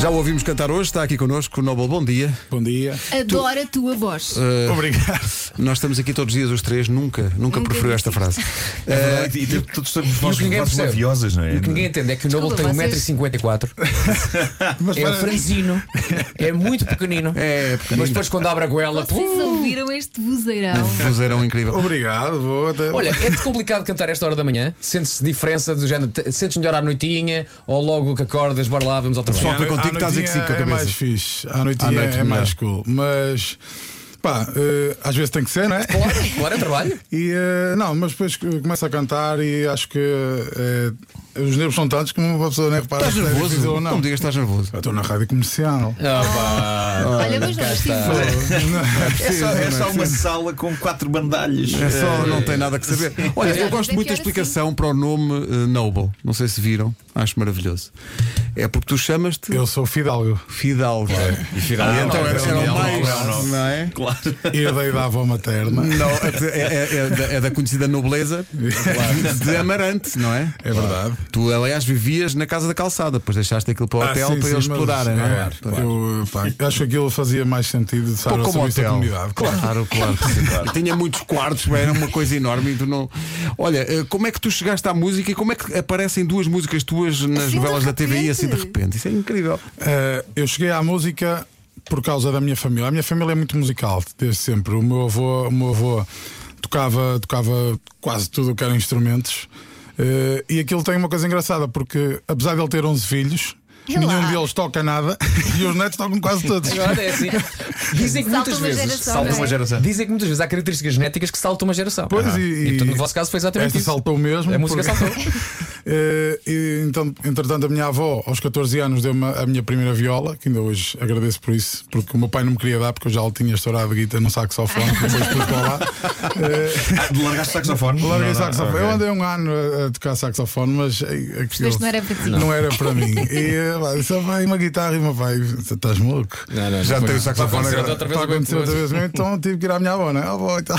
Já o ouvimos cantar hoje, está aqui connosco o Noble. Bom dia. Bom dia. Adoro a tua voz. Obrigado. Nós estamos aqui todos os dias, os três, nunca preferiu esta frase. E todos temos vozes ninguém percebe. mafiosas, não é? O que ninguém entende é que o Noble tem Desculpa, 1,54m. É franzino. É muito pequenino. É, Mas depois quando abre a goela. Vocês ouviram este vozeirão? vozeirão incrível. Obrigado. Vou até... Olha, é complicado cantar esta hora da manhã? Sentes-se diferença do género? Sentes melhor à noitinha? Ou logo que acordas, bora lá, vamos ao trabalho? Só que contigo estás a dizer que sim com a é cabeça. mais fixe. À noitinha noite é melhor. mais cool. Mas pá, às vezes tem que ser, não é? Claro, é trabalho. E não, mas depois começa a cantar e acho que os nervos são tantos que uma pessoa nem repara. Estás se é difícil nervoso? ou não. Não me digas que estás nervoso. Eu estou na rádio comercial. Olha, mas não, isto É só uma sala com 4 bandalhas. É só, não tem nada que saber. Olha, eu gosto tem muito da pior explicação para o nome Noble. Não sei se viram, acho maravilhoso. É porque tu chamas-te Eu sou Fidalgo. Fidalgo. E Fidalgo E então era o é mais, não é? Claro. Herdei da avó materna. Não, é da conhecida nobleza de Amarante, não é? É verdade. Tu, aliás, vivias na Casa da Calçada, depois deixaste aquilo para o hotel sim, para sim, eles mas, explorarem, não é? Eu acho que aquilo fazia mais sentido de estar Pouco ao como serviço da hotel. comunidade. Claro. E tinha muitos quartos, era uma coisa enorme. E tu não... Olha, como é que tu chegaste à música e como é que aparecem duas músicas tuas nas Assim de novelas da TVI repente? assim de repente? Isso é incrível. Eu cheguei à música por causa da minha família. A minha família é muito musical, desde sempre. O meu avô tocava quase tudo o que eram instrumentos. E aquilo tem uma coisa engraçada, porque apesar de ele ter 11 filhos, nenhum deles toca nada e os netos tocam quase todos. É assim. Dizem que Salta muitas uma vezes geração, Salta não é? uma geração. Dizem que muitas vezes há características genéticas que saltam uma geração. Pois, E no vosso caso foi exatamente esta isso. saltou mesmo. A música porque- saltou. E então, entretanto, a minha avó, aos 14 anos, deu-me a minha primeira viola, que ainda hoje agradeço por isso, porque o meu pai não me queria dar, porque eu já lhe tinha estourado a guitarra no saxofone, depois pus para lá. Largaste o saxofone? Larguei Não, saxofone. ok. Eu andei um ano a tocar saxofone, mas aquilo Isto não era para ti. não era para mim. E só vai uma guitarra e o meu pai, estás maluco? Não, Já foi- tem o saxofone vai acontecer agora. outra vez Está a acontecer outra vez mesmo, então tive que ir à minha avó, né? Avó e tal.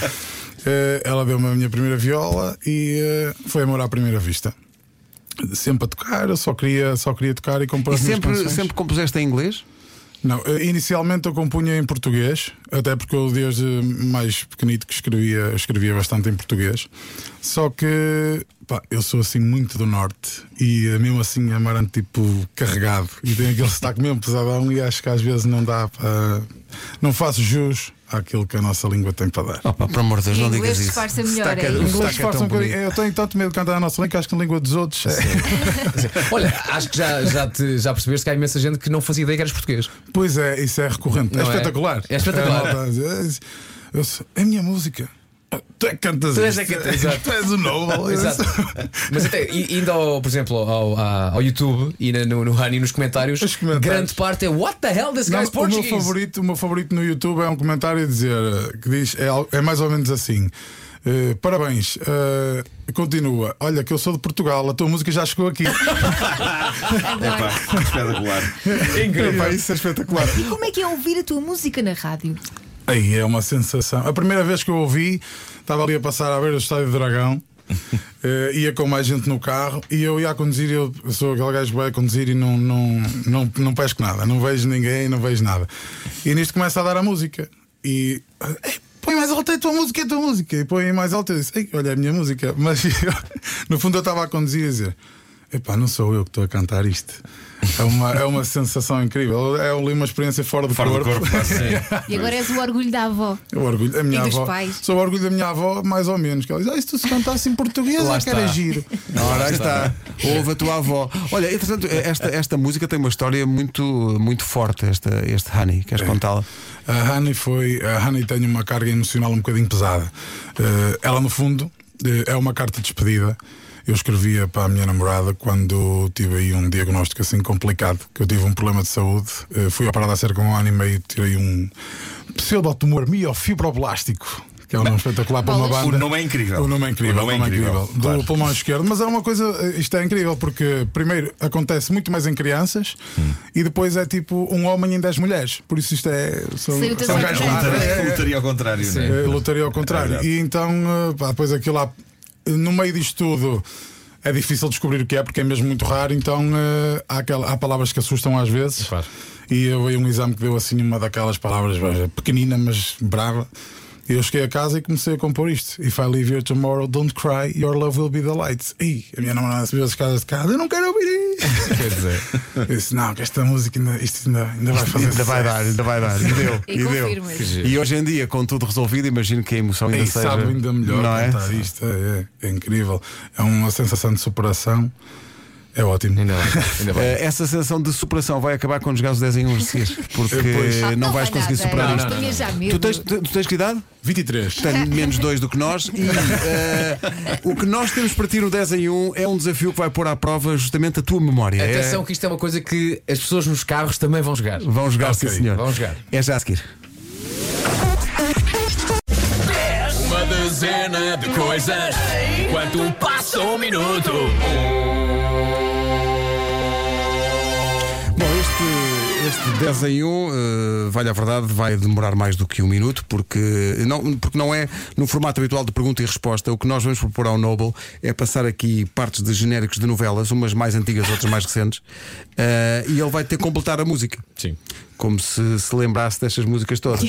Ela deu-me a minha primeira viola e foi amor à primeira vista. Sempre a tocar, eu só queria tocar e compor E as minhas canções. sempre compuseste em inglês? Não, inicialmente eu compunha em português, até porque eu desde mais pequenito que escrevia bastante em português. Só que pá, eu sou assim muito do norte e mesmo assim Amarante tipo carregado e tem aquele sotaque mesmo pesadão e acho que às vezes não dá para. Não faço jus àquilo que a nossa língua tem para dar. Opa, por amor de Deus, Em não inglês digas isso. disfarça melhor, Sotaque é o isso. Inglês sotaque é disfarça tão um bocadinho. bonito. Eu tenho tanto medo de cantar a nossa língua que acho que a língua dos outros. Olha, acho que já percebeste que há imensa gente que não fazia ideia que eras português. Pois é, isso é recorrente. Não É é? espetacular. É espetacular. A malta a dizer, é a minha música. Tu é que cantas Tu és isto. é que cantas, exato. Tu és o Noble. Exato. Mas até indo por exemplo, ao YouTube e no Honey, nos comentários, Os comentários. grande parte é What the hell, this Não, guy's Portuguese? o meu favorito no YouTube é um comentário a dizer que diz, é mais ou menos assim. Parabéns, continua. Olha, que eu sou de Portugal, a tua música já chegou aqui. Espetacular. Epá, isso é espetacular. E como é que é ouvir a tua música na rádio? Aí é uma sensação. A primeira vez que eu ouvi, estava ali a passar a ver o Estádio do Dragão. Ia com mais gente no carro e eu ia a conduzir. Eu sou aquele gajo que vai a conduzir e não pesco nada, não vejo ninguém, não vejo nada. E nisto começa a dar a música e põe mais alto, é a tua música, é a tua música. E põe mais alto, eu disse, ei, olha, é a minha música. Mas no fundo eu estava a conduzir e a dizer: epá, não sou eu que estou a cantar isto. É uma sensação incrível. É ali uma experiência fora do Fora do corpo. corpo, sim. E agora és o orgulho da avó. Eu orgulho da minha E dos avó. pais? Sou o orgulho da minha avó, mais ou menos. Que ela diz: se tu se cantasse em português, Lá é que era está. giro. Ora, aí está. Ouve a tua avó. Olha, entretanto, esta música tem uma história muito forte, este Honey. Queres contá-la? A Honey tem uma carga emocional um bocadinho pesada. Ela, no fundo, é uma carta de despedida. Eu escrevia para a minha namorada quando tive aí um diagnóstico assim complicado, que eu tive um problema de saúde. Fui operado há cerca de um ano e meio, tirei um pseudotumor miofibroblástico, que é um nome espetacular para uma Bolas. banda. O nome é incrível. O nome é incrível, O nome é incrível, do claro. pulmão esquerdo. Mas é uma coisa, isto é incrível porque primeiro acontece muito mais em crianças e depois é tipo um homem em 10 mulheres. Por isso isto é. Saiu-te são assim gajos do lá. nada. Lutaria ao contrário, não é? Lutaria ao contrário. É verdade. E então, pá, depois aquilo lá, no meio disto tudo, é difícil descobrir o que é, porque é mesmo muito raro. Então há palavras que assustam às vezes. Claro. E eu veio um exame que deu assim uma daquelas palavras pequenina, mas brava. E eu cheguei a casa e comecei a compor isto. If I leave here tomorrow, don't cry, your love will be the light. E a minha namorada subiu as escadas de casa, eu não quero ouvir isto. Quer dizer, Eu disse, não, que esta música ainda vai fazer. Ainda vai dar, ainda vai dar. E deu. E deu. confirmas. E hoje em dia, com tudo resolvido, imagino que a emoção ainda E seja. sabe ainda melhor não é? cantar isto. É incrível. É uma sensação de superação. É ótimo. ainda bem. Essa sensação de superação vai acabar quando jogares o 10 em 1 seguidos, porque não vais conseguir superar isto. Tinha já Tu medo. tens que idade? 23. Tem menos 2 do que nós. E o que nós temos para ti no 10 em 1 é um desafio que vai pôr à prova justamente a tua memória. Atenção, que isto é uma coisa que as pessoas nos carros também vão jogar. Vão jogar, Ok, sim, senhor. vão jogar. É já a seguir. Uma dezena de coisas enquanto passa um minuto. Bom, este 10 em 1, vale a verdade, vai demorar mais do que um minuto, porque não é no formato habitual de pergunta e resposta. O que nós vamos propor ao Noble é passar aqui partes de genéricos de novelas, umas mais antigas, outras mais recentes, e ele vai ter que completar a música. Sim. Como se lembrasse destas músicas todas.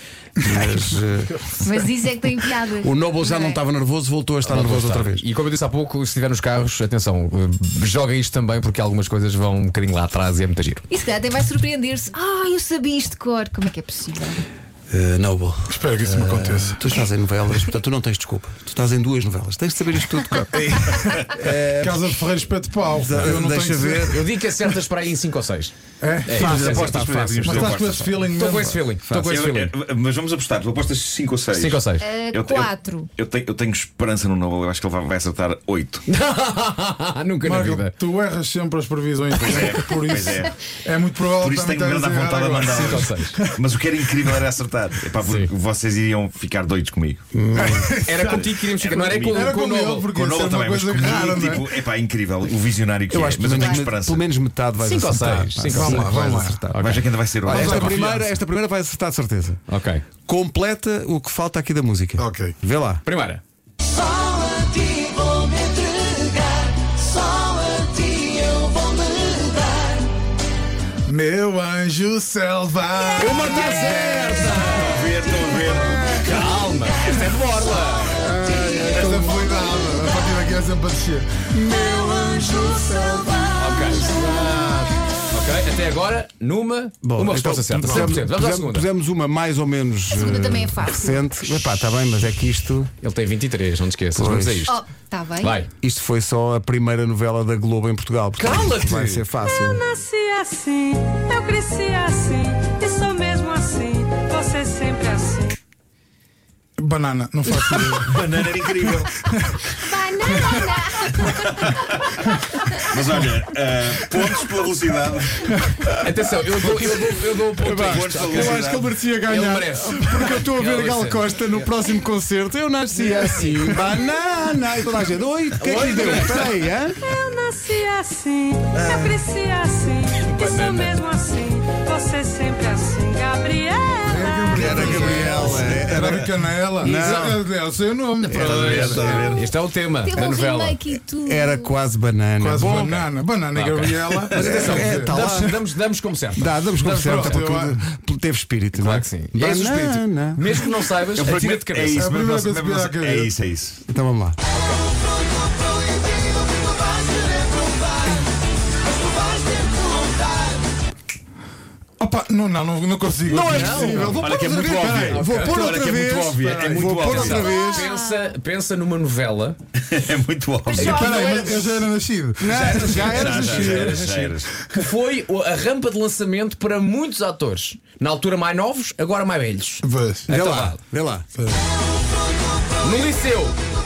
Mas isso é que tem piada. O Noble já não estava nervoso, voltou a estar nervoso outra vez. E como eu disse há pouco, se estiver nos carros, atenção, joguem isto também, porque algumas coisas vão um bocadinho lá atrás e é muito giro. E se calhar até vai surpreender-se. Eu sabia isto de cor. Como é que é possível? Noble, Espero que isso me aconteça. tu estás em novelas, portanto tu não tens desculpa. Tu estás em 2 novelas, tens de saber isto tudo. Casa de Ferreira Espeto de Pau. Eu não Deixa tenho que ver. dizer. Eu digo que acertas para aí em 5 ou 6. É? Fácil, apostas para fácil. Mas estás com esse feeling Estou com mesmo, esse pá. feeling. Estou com esse feeling. Mas vamos apostar, tu apostas 5 ou 6. 5 ou 6. 4. Eu tenho esperança no Noble, eu acho que ele vai acertar 8. Nunca na Marco, vida. tu erras sempre as previsões. Por pois isso é. muito provável Por isso também tenho grande estejas vontade de errado mandar. 5 ou 6. Mas o que era incrível era acertar. Epá, porque Sim. vocês iriam ficar doidos comigo. Era contigo que iríamos ficar, não era com Era o com ele, Noble. porque Com o isso é Noble uma também, mas coisa comigo, rara, não é? tipo, epá, incrível, o visionário que Eu é. acho que Mas eu pelo tenho menos, esperança. pelo menos metade vais 5 ou acertar. 6. 5 ou Vamos 6. lá, vamos lá. acertar. Vais ver que ainda vai ser Olha, ótimo. esta primeira vai acertar de certeza. Ok. Completa o que falta aqui da música. Ok. Vê lá. Primeira. Só a ti vou me entregar. Só a ti eu vou me dar. Meu anjo selvagem. Uma está certa! Estão a ver. Calma, esta é de borla. Esta foi dada. A partir daqui é sempre a descer. Meu anjo selvagem. Ok, até agora, uma resposta certa. 100%. Vamos à segunda. Pusemos uma mais ou menos A segunda também é fácil. recente. Epá, está bem, mas é que isto Ele tem 23, não te esqueças. Pois. Vamos a isto. Está bem. Vai. foi só a primeira novela da Globo em Portugal. Portanto, Cala-te! vai ser fácil. Nasci assim, eu cresci assim, e sou mesmo assim, você sempre assim. Banana, não faço ideia. Banana era incrível. Mas olha, pontos pela velocidade. Atenção, eu dou um ponto a Pontos isto. pela Eu acho que ele velocidade. merecia Ele ganhar. merece. Porque eu estou a ver Ele a Gal merece. Costa no próximo concerto. Eu nasci assim, banana. E toda a gente, oi, o que é que lhe deu? Espera aí, hã? Eu nasci assim, eu cresci assim, e sou mesmo assim, você sempre assim, Gabriela. Era a Gabriela. Era Canela. Não. É o seu nome. Este é o tema Teve da um novela. remake e tudo. Era quase banana. Quase Bom, banana. Banana e Ok. Gabriela. Mas atenção, tá lá. damos como certo. Damos como certo, pronto, porque teve espírito, não Claro é? que sim. E é esse o espírito. Banana. Mesmo que não saibas, atira de É cabeça. isso, A primeira mas- coisa que me dá a cabeça. é isso, é isso. Então vamos lá. Opa, não consigo. Não é possível. Vou Olha pôr que é outra muito vez. óbvio. Peraí, Vou pôr Olha outra que é muito vez. óbvio. É muito Vou pôr óbvio. outra vez. Pensa numa novela. É muito óbvio. Peraí, mas eu já era nascido. Já eras nascido. Já eras. Que foi a rampa de lançamento para muitos atores. Na altura mais novos, agora mais velhos. Vês. Vê Então lá, vá. vê lá. No liceu.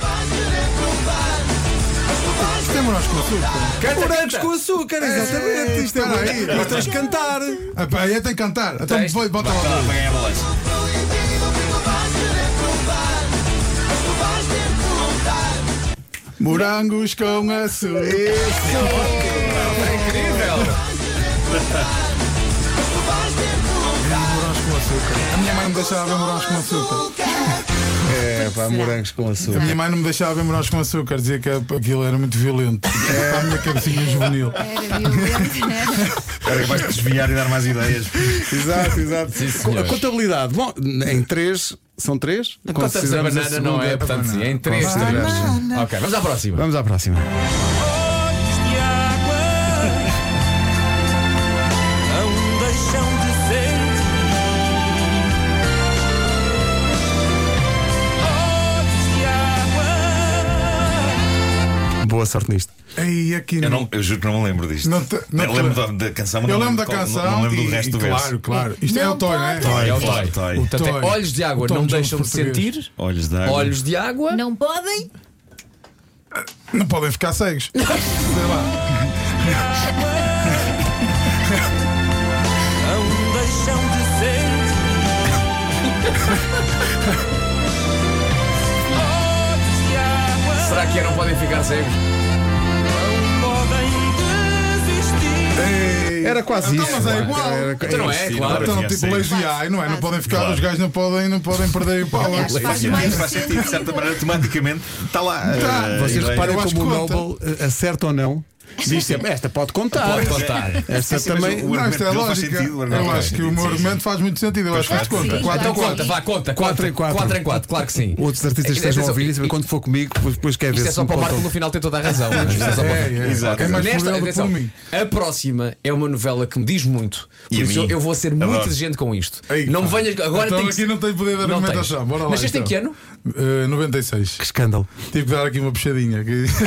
Isto é morangos com açúcar. Canta, Morangos canta. com açúcar, exatamente. Isto é espera aí. bom. Mas tens de cantar. Ah, pá, aí tem que cantar. Então Tens. bota lá. Vai ganhar a balança. Morangos com açúcar. É incrível. Morangos com açúcar. A minha mãe me deixava ver morangos com açúcar. É, pá, morangos com A açúcar. minha mãe não me deixava ver morangos com açúcar, dizia que aquilo era muito violento. Para a minha cabecinha juvenil. Era violento, era. Era capaz de desviar e dar mais ideias. Exato, exato. senhor. A contabilidade. Bom, em 3, são 3? Conta-se a banana, não é? Portanto, sim, em 3 estrelas. Ok, vamos à próxima. Vamos à próxima. Olhos de água não deixam de sentir. Olhos de água. Boa sorte nisto. Ei, aqui Eu juro que não me lembro disto. Não te- não eu te- lembro da canção, mas Eu não lembro da qual- canção. Não lembro do e- resto do e verso. Claro, claro. Isto é Não o Toy, não é? pode. É o Toy. Toy. Portanto, é Toy. olhos de água O Tom não Jones deixam de português. sentir. Olhos de água. Olhos de água. Não podem? Não podem ficar cegos. Sei lá. Não deixam de sentir. Olhos de água Será que não podem ficar cegos? não podem desistir. Ei. Era quase Então, isso. mas é Era- igual. era- Então não é, Sim, claro. Então, Tinha tipo, cegos. Lazy Eye, não é? Não podem ficar, Claro. os gajos não podem perder o pau. Aliás, faz Faz mais sentido, de sentido. certa maneira, automaticamente está lá. Tá. Vocês ideia. reparem Eu acho como o que conta. Noble acerta ou não. Diz sempre, esta pode contar. Pode contar. Esta Sim, mas também. o Não, isto é argumento dele faz lógica. sentido, o argumento Eu faz acho que o sentido, meu sim, argumento faz muito sentido. Eu acho que isto faz, conta. sim. 4 Então em 4. conta, vá, conta. 4 em 4. 4 em 4, claro que sim. Outros artistas que estejam a ouvir e quando for comigo, depois quer ver Isto é se só me para o Marco contam. no final ter toda a razão. Isto é só para- Exato. É mais por Nesta, ele do que atenção, por mim. a próxima é uma novela que me diz muito. Por E a isso mim? eu vou ser muito Adoro. exigente com isto. Ei, Não me pá. venhas. Agora Então tem aqui não tem poder de Não argumentação. tens. Bora lá. Nasceste em então. que ano? 96. Que escândalo. Tive que dar aqui uma puxadinha.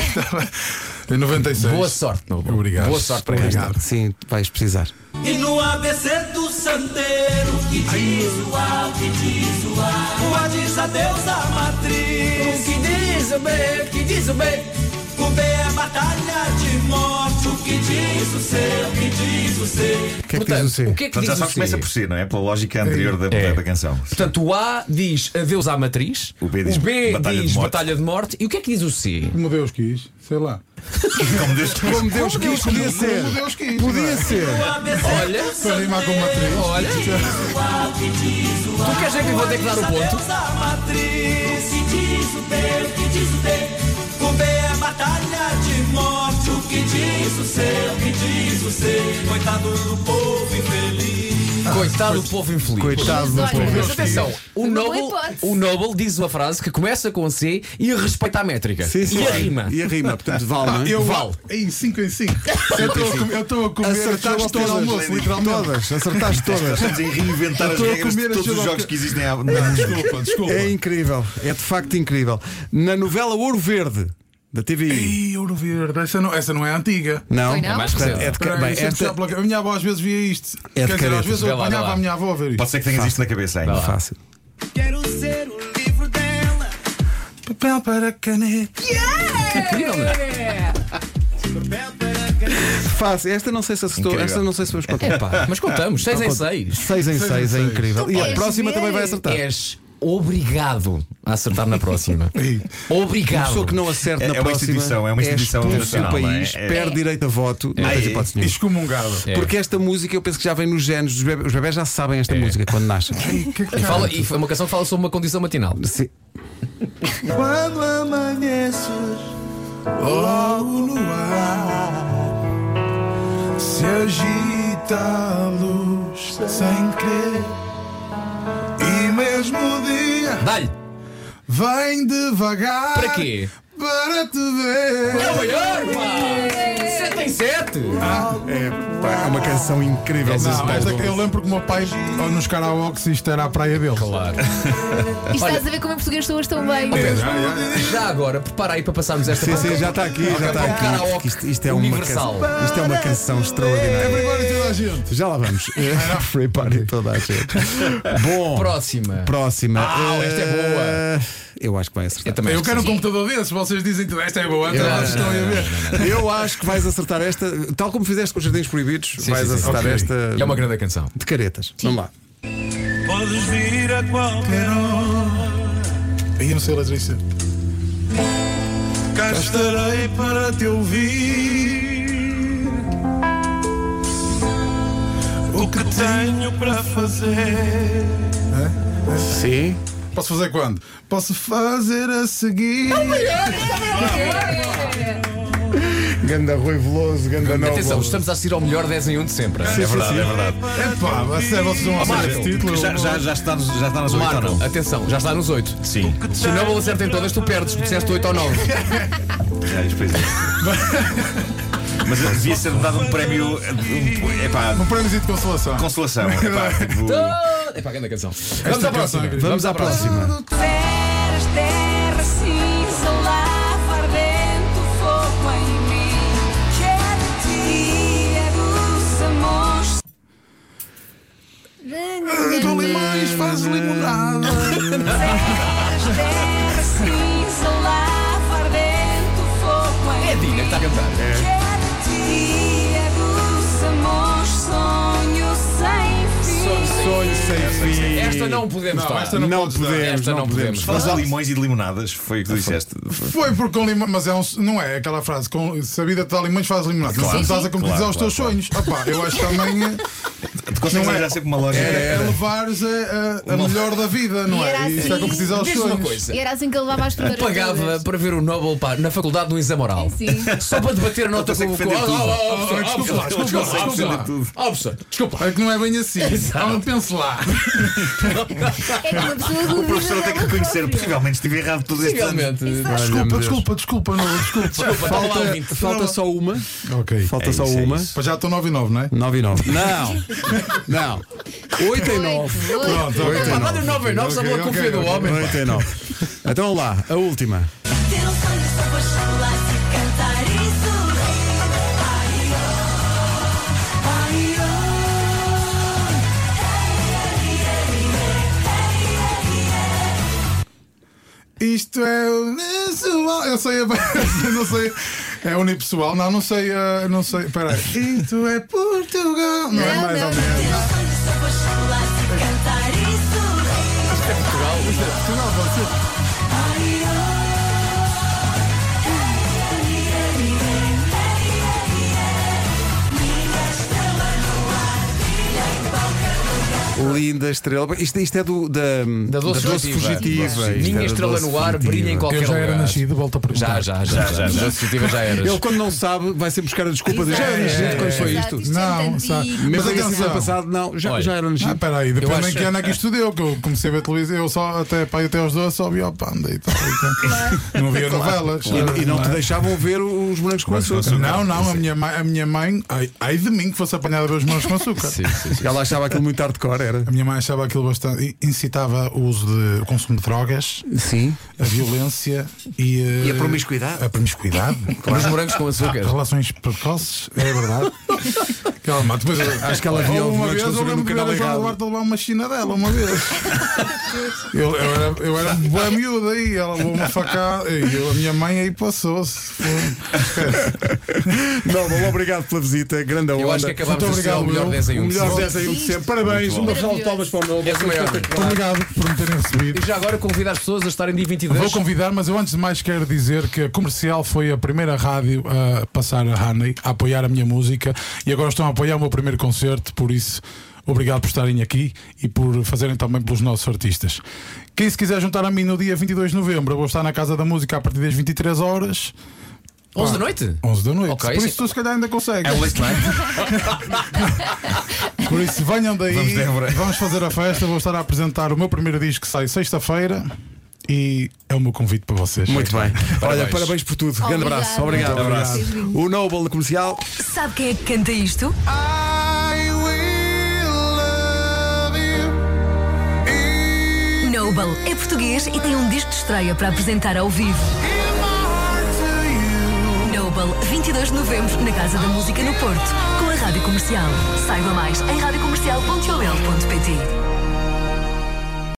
Em 96. Boa sorte, Noble. Obrigado. Boa sorte para Obrigado. esta. Sim, vais precisar. E no ABC do Santeiro, que diz o A, que diz o A. O A diz adeus à matriz. O que diz o B, que diz o B. O B é batalha de morte. O que diz o C, o que diz o C. O que é que diz o C? o que é que Portanto, já diz só o C? começa por si, não é? Pela lógica anterior da, É. da canção. Portanto, o A diz adeus à matriz, O B diz batalha de morte. batalha de morte. E o que é que diz o C? Como Deus quis, sei lá. Como Deus quis. Como Deus quis, podia ser. Como Deus quis. Podia ser. Olha, Para rimar com matriz. olha. Tu queres dizer que eu vou ter que dar o ponto? Adeus à matriz. O que diz o B, o que diz o D. O B é batalha de morte. O que diz o C, o que diz o C. Coitado do povo infeliz. Coitado do povo infeliz. Coitado do Mas olha, povo. Mas atenção, Foi uma boa hipótese. o Noble diz uma frase que começa com C e respeita a métrica. Sim, sim. E a rima. E a rima, portanto, vale, não é? Eu Vale. Em 5 em 5. Eu estou a comer Acertaste as todas, todas, almoço, literalmente. todas, acertaste todas. Estamos a reinventar as estou a regras de comer todos a os chuva- jogos que existem há. Desculpa. É incrível, é de facto incrível. Na novela Ouro Verde, da TVI. Ei, Ouro Verde, essa não é antiga. Não, Foi não? É mais Portanto, recente. é de Espera aí, bem, deixa-me esta puxar pela- A minha avó às vezes via isto. É de Quer dizer, às caretas. vezes eu Vê lá, vê apanhava lá. a minha avó a ver isto. Pode ser que tenhas isto na cabeça ainda. é fácil. Quero ser o livro dela. Papel para caneta. Incrível, não é? Papel para caneta. Fácil. Esta não sei se acertou, Incrível. esta não sei se vamos contar. Epá, mas contamos, 6 em 6. 6 em 6 é incrível. E a Queres próxima ver? também vai acertar. És obrigado a acertar na próxima. Ei, Uma Obrigado. pessoa que não acerta É na uma próxima instituição, é uma instituição expulso do nacional, não é? país, É. perde direito a voto, não tens hipótese nenhuma. excomungado. É. Porque esta música eu penso que já vem nos genes dos bebés. Os bebés já sabem esta música quando nascem. Ei, que E, fala, e foi uma canção que fala sobre uma condição matinal. Sim. Quando amanheces, Logo no ar se agita a luz sem querer. E mesmo o dia Dá-lhe! vem devagar. Para quê? Para te ver. É o maior, pá! 7 em 7! É uma canção incrível. Essa Sim, Não, esta que eu lembro que o meu pai, nos karaokes, isto era a praia dele. Claro. E estás a ver como em português soas tão bem. Já agora, prepara aí para passarmos esta sim, sim, já está aqui, já está para um aqui. karaoke Isto é uma universal. canção, isto é uma canção extraordinária. Everybody, toda a gente. Já lá vamos. Free party toda a gente. Bom, Próxima. próxima. esta é boa. Eu acho que vai acertar. Eu também Eu acho quero um que sim. computador desses, vocês dizem tudo. Esta é boa, então Não, vocês estão a ver. Eu acho que vais acertar esta, tal como fizeste com os Jardins Proibidos, Sim, vais sim, sim. acertar Ok. esta E é uma grande canção. de caretas. Vamos lá. podes vir a qualquer hora. Aí eu não sei a letra disso. Cá estarei para te ouvir. O que tenho para fazer. Sim. Posso fazer quando? Posso fazer a seguir. Ganda Rui Veloso, ganda Noble. Atenção, estamos a assistir ao melhor 10 em 1 de sempre. É verdade, é verdade. É pá, vocês vão aceitar esse título. Já está nas 8 ou Marco, não? atenção, já está nos 8. Sim. Se o Noble acerta em todas, tu perdes, porque disseste 8 ou 9. Pois é. Mas devia ser dado um prémio. Um prémio de consolação. Consolação. Tipo... Epá, grande canção. Vamos à próxima. Vamos à próxima. Feras, terra, cinza, lava, ardente, fogo em mim. Quero te aguçamos. Tu limões, faz limonada. Feras, terra, cinza, lava, ardente, fogo em mim. É a Dina que está a cantar. Quero te aguçamos, sonho sem fim. Sonho sem fim. Esta não podemos Não, dar. esta não Não podes dar. podemos, Esta não podemos. Falas de limões e de limonadas, foi o que tu disseste. Foi porque com limão, mas não é aquela frase, se a vida te dá limões, faz limonada. Claro. Não estás a concretizar Claro, os teus claro. sonhos. Opá, eu acho que também Tu consegues Não é- arranjar sempre uma lógica. é levares a melhor da vida, não E era é? E isto é assim. concretizar os Diz-me uma sonhos. coisa. E era assim que ele levava as primeiras Pagava todas. para ver o Noble na faculdade no exame oral. Sim. Só para debater a nota Ele com o. consegue defender tudo. Desculpa lá, desculpa lá, desculpa lá. Desculpa. Desculpa. É que não é bem assim. Não pense lá. É que uma pessoa O professor tem que reconhecer, possivelmente estive errado todos estes anos. Possivelmente. Desculpa, não, desculpa. Falta só uma. Ok. Falta É só isso, é uma. isso. Pois já estou 9 e 9, não é? 9 e 9. Não. 8 e 9. Pronto, ok. Pá, dá-lhe 9 em 9 só pela Ok, confia do ok. homem. 8 e 9. Então vamos lá, a última. Ter um sonho sobre chocolate e cantar e sorrir. Isto é unipessoal. Eu sei, não sei. É unipessoal. Não sei. Não sei. Espera aí. Isto é Portugal. Não é mais ou menos. Ter um sonho sobre chocolate e cantar e sorrir. Portugal pode ser. Linda estrela. Isto é da doce fugitiva. Isto é Minha da estrela doce no ar fugitiva. brilha em qualquer Eu já lugar. era nascido, volto a perguntar. Já. Doce fugitiva já eras. Ele, quando não sabe, vai sempre buscar a desculpa de já era nascido quando foi isto. Não, sabe. Mesmo Mas assim, atenção. ano passado, não, já era Ah, nascido. espera aí, depende acho- em que ano é que isto deu, que eu comecei a ver televisão, eu só até aos 12 só via o Panda e tal. Não via novelas. E não te é? deixavam ver os bonecos com açúcar. Não, a minha mãe, ai de mim que fosse apanhada a ver os meus com açúcar. Ela achava aquilo muito hardcore, era. A minha mãe achava aquilo bastante. Incitava o uso de o consumo de drogas, Sim. a violência e a promiscuidade. A promiscuidade. Os morangos com açúcar. Relações precoces, é verdade. Calma, depois, Acho que ela via o uma Morangos vez com eu Açúcar lembro no que canal era João errado. Duarte a levar uma china dela uma vez. Eu era boa miúda aí, ela levou uma facada e a minha mãe aí passou-se. Não, obrigado pela visita, grande onda. Eu acho que acabámos Muito de ser o obrigado, melhor eu. 10 em 1 O de melhor sempre. 10 em 1 de sempre. Parabéns, Muito uma bom. salva de palmas para o Noble. És o maior. Muito obrigado por me terem recebido. E já agora convido as pessoas a estarem dia 22. Vou convidar, mas eu antes de mais quero dizer que a Comercial foi a primeira rádio a passar a Honey, a apoiar a minha música e agora estão a apoiar o meu primeiro concerto, por isso obrigado por estarem aqui e por fazerem também pelos nossos artistas. Quem se quiser juntar a mim no dia 22 de novembro, eu vou estar na Casa da Música a partir das 23 horas. 11 da noite? 11 da noite. Ok, Por sim. isso tu se calhar ainda consegues. É um late night. Por isso venham daí, Vamos, Débora. vamos fazer a festa. Vou estar a apresentar o meu primeiro disco que sai sexta-feira e é o meu convite para vocês. Muito bem. Olha, Parabéns. parabéns por tudo. Grande abraço. Obrigado. Abraço. O Noble da Comercial. Sabe quem é que canta isto? Noble é português e tem um disco de estreia para apresentar ao vivo. Noble, 22 de novembro, na Casa da Música no Porto, com a Rádio Comercial. Saiba mais em radiocomercial.ol.pt.